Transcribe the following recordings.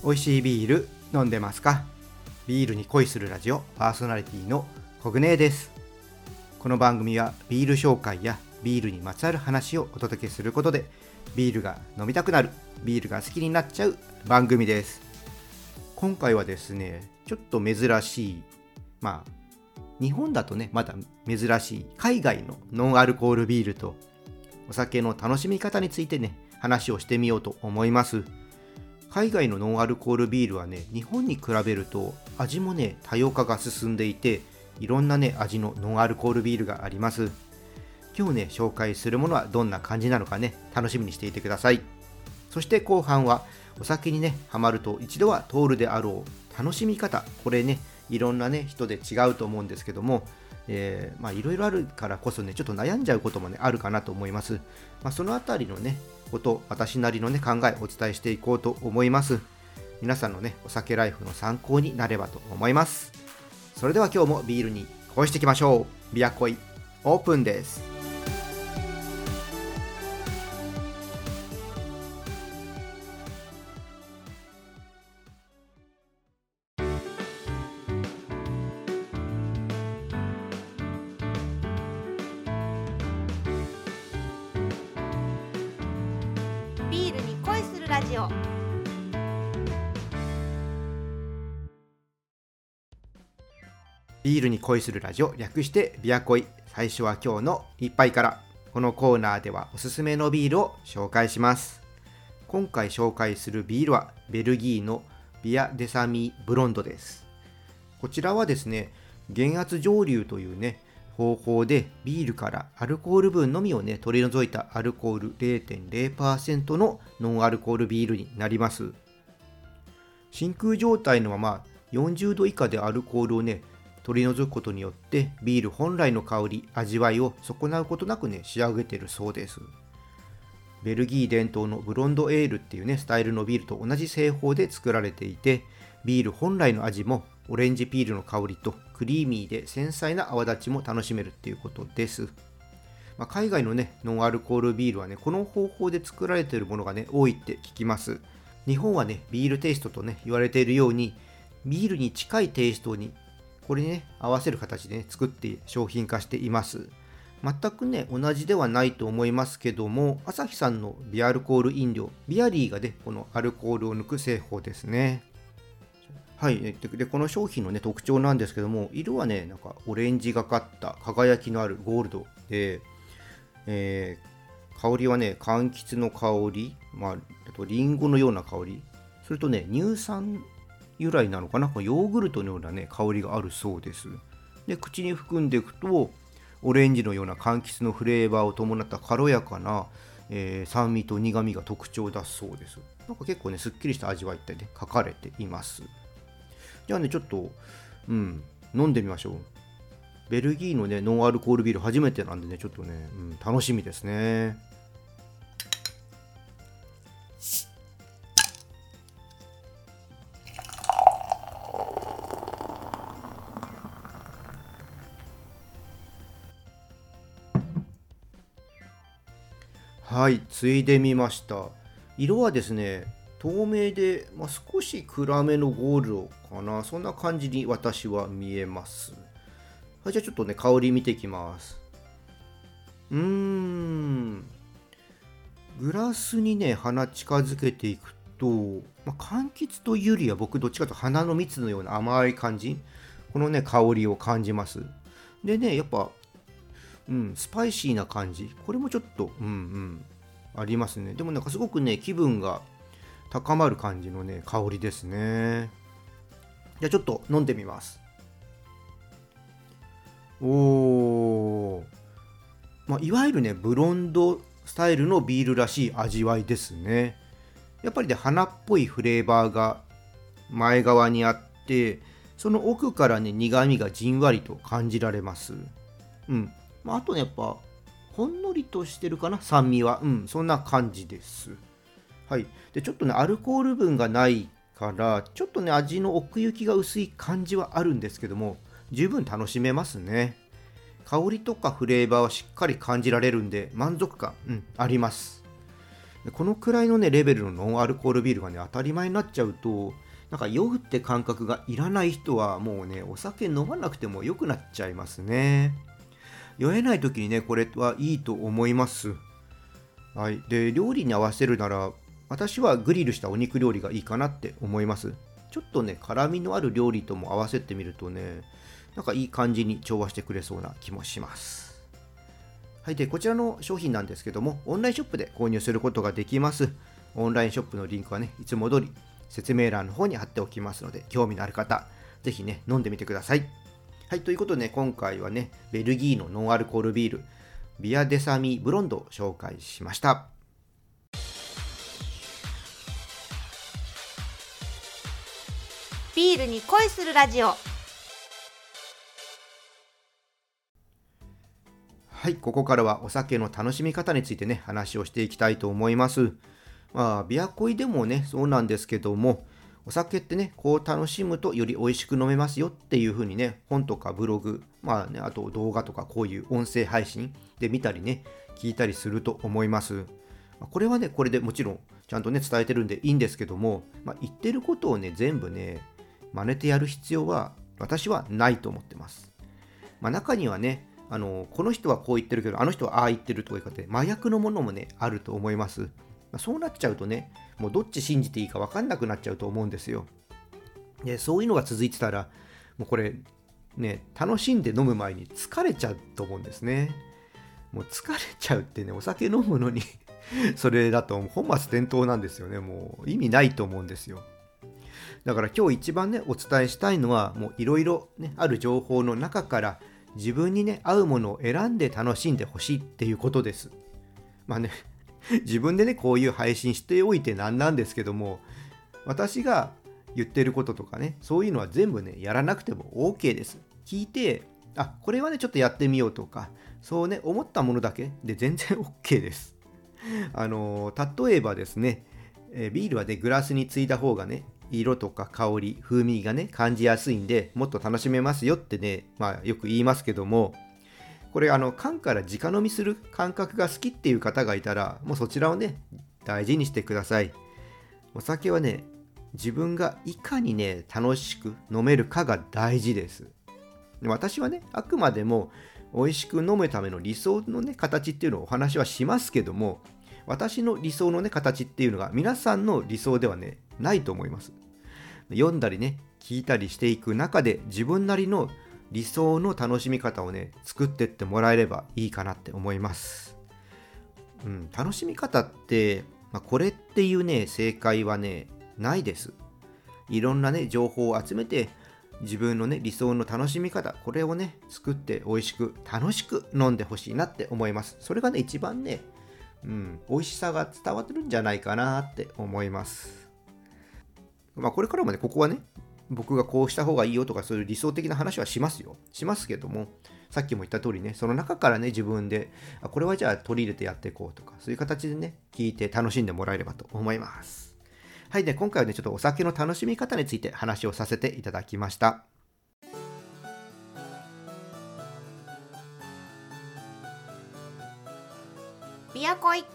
美味しいビール飲んでますか？ビールに恋するラジオパーソナリティのコグネです。この番組はビール紹介やビールにまつわる話をお届けすることで、ビールが飲みたくなる、ビールが好きになっちゃう番組です。今回はですね、ちょっと珍しい、日本だとねまだ珍しい海外のノンアルコールビールとお酒の楽しみ方についてね話をしてみようと思います。海外のノンアルコールビールはね、日本に比べると味もね多様化が進んでいて、いろんなね味のノンアルコールビールがあります。今日ね紹介するものはどんな感じなのかね、楽しみにしていてください。そして後半はお酒にねハマると一度は通るであろう楽しみ方、これねいろんなね人で違うと思うんですけども、いろいろあるからこそねちょっと悩んじゃうこともねあるかなと思います。そのあたりのねこと私なりのね考えお伝えしていこうと思います。皆さんのねお酒ライフの参考になればと思います。それでは今日もビールに恋していきましょう。ビア恋オープンです。 ビールに恋するラジオ。 ビールに恋するラジオ、略してビア恋。最初は今日の一杯から。このコーナーではおすすめのビールを紹介します。今回紹介するビールはベルギーのビアデサミブロンドです。こちらはですね、減圧蒸留というね方法でビールからアルコール分のみをね取り除いたアルコール 0.0% のノンアルコールビールになります。真空状態のまま40度以下でアルコールをね取り除くことによってビール本来の香り、味わいを損なうことなくね仕上げているそうです。ベルギー伝統のブロンドエールっていうねスタイルのビールと同じ製法で作られていて、ビール本来の味もオレンジピールの香りとクリーミーで繊細な泡立ちも楽しめるっていうことです。海外のねノンアルコールビールはねこの方法で作られているものがね多いって聞きます。日本はねビールテイストとね言われているようにビールに近いテイストにこれにね合わせる形で、ね、作って商品化しています。全くね同じではないと思いますけども、アサヒさんのビアルコール飲料ビアリーがねこのアルコールを抜く製法ですね。はい、でこの商品の、ね、特徴なんですけども、色はねなんかオレンジがかった輝きのあるゴールドで、香りはね柑橘の香り、あとリンゴのような香り、それとね乳酸由来なのかな、ヨーグルトのようなね香りがあるそうです。で口に含んでいくとオレンジのような柑橘のフレーバーを伴った軽やかな、酸味と苦味が特徴だそうです。なんか結構ねすっきりした味わいってね書かれています。じゃあねちょっと飲んでみましょう。ベルギーのねノンアルコールビール初めてなんでねちょっとね、楽しみですね。はい、ついでみました。色はですね透明で、少し暗めのゴールドかな、そんな感じに私は見えます。はい、じゃあちょっとね香り見ていきます。グラスにね鼻近づけていくと、柑橘というよりは僕どっちかというと花の蜜のような甘い感じ、このね香りを感じます。でねやっぱスパイシーな感じ、これもちょっとありますね。でもなんかすごくね気分が高まる感じのね香りですね。じゃあちょっと飲んでみます。いわゆるねブロンドスタイルのビールらしい味わいですね。やっぱりね花っぽいフレーバーが前側にあって、その奥からね苦味がじんわりと感じられます。あとねやっぱほんのりとしてるかな、酸味はそんな感じです。はい。でちょっとねアルコール分がないからちょっとね味の奥行きが薄い感じはあるんですけども、十分楽しめますね。香りとかフレーバーはしっかり感じられるんで満足感、あります。 このくらいのねレベルのノンアルコールビールがね当たり前になっちゃうと、なんか酔うって感覚がいらない人はもうねお酒飲まなくても良くなっちゃいますね。酔えない時にねこれはいいと思います。はい。で料理に合わせるなら私はグリルしたお肉料理がいいかなって思います。ちょっとね辛みのある料理とも合わせてみるとね、なんかいい感じに調和してくれそうな気もします。はい。でこちらの商品なんですけども、オンラインショップで購入することができます。オンラインショップのリンクはねいつも通り説明欄の方に貼っておきますので、興味のある方ぜひね飲んでみてください。はい。ということでね、今回はねベルギーのノンアルコールビールビアデサミブロンドを紹介しました。 ビールに恋するラジオ。 はい、ここからはお酒の楽しみ方についてね話をしていきたいと思います。ビアコイでもねそうなんですけども、お酒ってねこう楽しむとより美味しく飲めますよっていう風にね、本とかブログ、あと動画とかこういう音声配信で見たりね聞いたりすると思います。これはねこれでもちろんちゃんとね伝えてるんでいいんですけども、言ってることをね全部ね真似てやる必要は私はないと思ってます。中にはねこの人はこう言ってるけどあの人はああ言ってるとか言って真逆のものもねあると思います。そうなっちゃうとね、もうどっち信じていいか分かんなくなっちゃうと思うんですよ。でそういうのが続いてたらもうこれね楽しんで飲む前に疲れちゃうと思うんですね。もう疲れちゃうってね、お酒飲むのにそれだと本末転倒なんですよね。もう意味ないと思うんですよ。だから今日一番ねお伝えしたいのは、もういろいろねある情報の中から自分にね合うものを選んで楽しんでほしいっていうことです。自分でねこういう配信しておいてなんですけども、私が言ってることとかねそういうのは全部ねやらなくても OK です。聞いてこれはねちょっとやってみようとかそうね思ったものだけで全然 OK です。例えばですね、ビールはねグラスについた方がね色とか香り風味がね感じやすいんでもっと楽しめますよってね、よく言いますけども、これ缶から直飲みする感覚が好きっていう方がいたらもうそちらをね大事にしてください。お酒はね自分がいかにね楽しく飲めるかが大事です。で私はねあくまでも美味しく飲むための理想のね形っていうのをお話はしますけども、私の理想のね形っていうのが皆さんの理想ではねないと思います。読んだりね聞いたりしていく中で自分なりの理想の楽しみ方をね作ってってもらえればいいかなって思います。楽しみ方って、これっていうね正解はねないです。いろんなね情報を集めて自分のね理想の楽しみ方、これをね作って美味しく楽しく飲んでほしいなって思います。それがね一番ね美味しさが伝わってるんじゃないかなって思います。これからもねここはね僕がこうした方がいいよとかそういう理想的な話はしますけども、さっきも言った通りねその中からね自分でこれはじゃあ取り入れてやっていこうとかそういう形でね聞いて楽しんでもらえればと思います。はい。で今回はねちょっとお酒の楽しみ方について話をさせていただきました。 ビアコイ。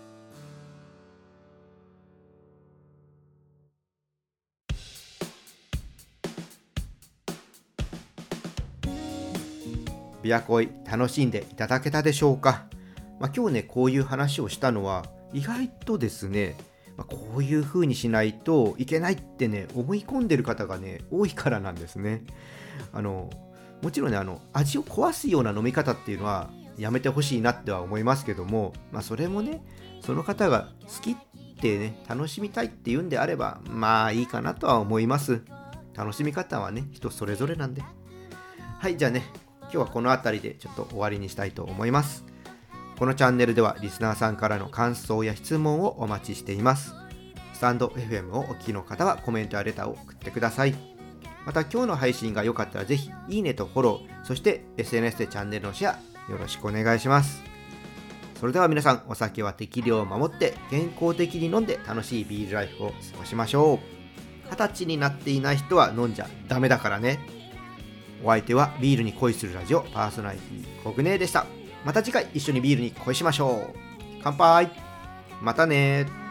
ビアコイ楽しんでいただけたでしょうか。今日ねこういう話をしたのは意外とですね、こういう風にしないといけないってね思い込んでる方がね多いからなんですね。もちろんね味を壊すような飲み方っていうのはやめてほしいなっては思いますけども、それもねその方が好きってね楽しみたいっていうんであればいいかなとは思います。楽しみ方はね人それぞれなんで。はい。じゃあね今日はこの辺りでちょっと終わりにしたいと思います。このチャンネルではリスナーさんからの感想や質問をお待ちしています。スタンド FM をお聞きの方はコメントやレターを送ってください。また今日の配信が良かったらぜひいいねとフォロー、そして SNS でチャンネルのシェアよろしくお願いします。それでは皆さん、お酒は適量を守って健康的に飲んで楽しいビールライフを過ごしましょう。20歳になっていない人は飲んじゃダメだからね。お相手はビールに恋するラジオパーソナリティコグネでした。また次回一緒にビールに恋しましょう。乾杯。 またね。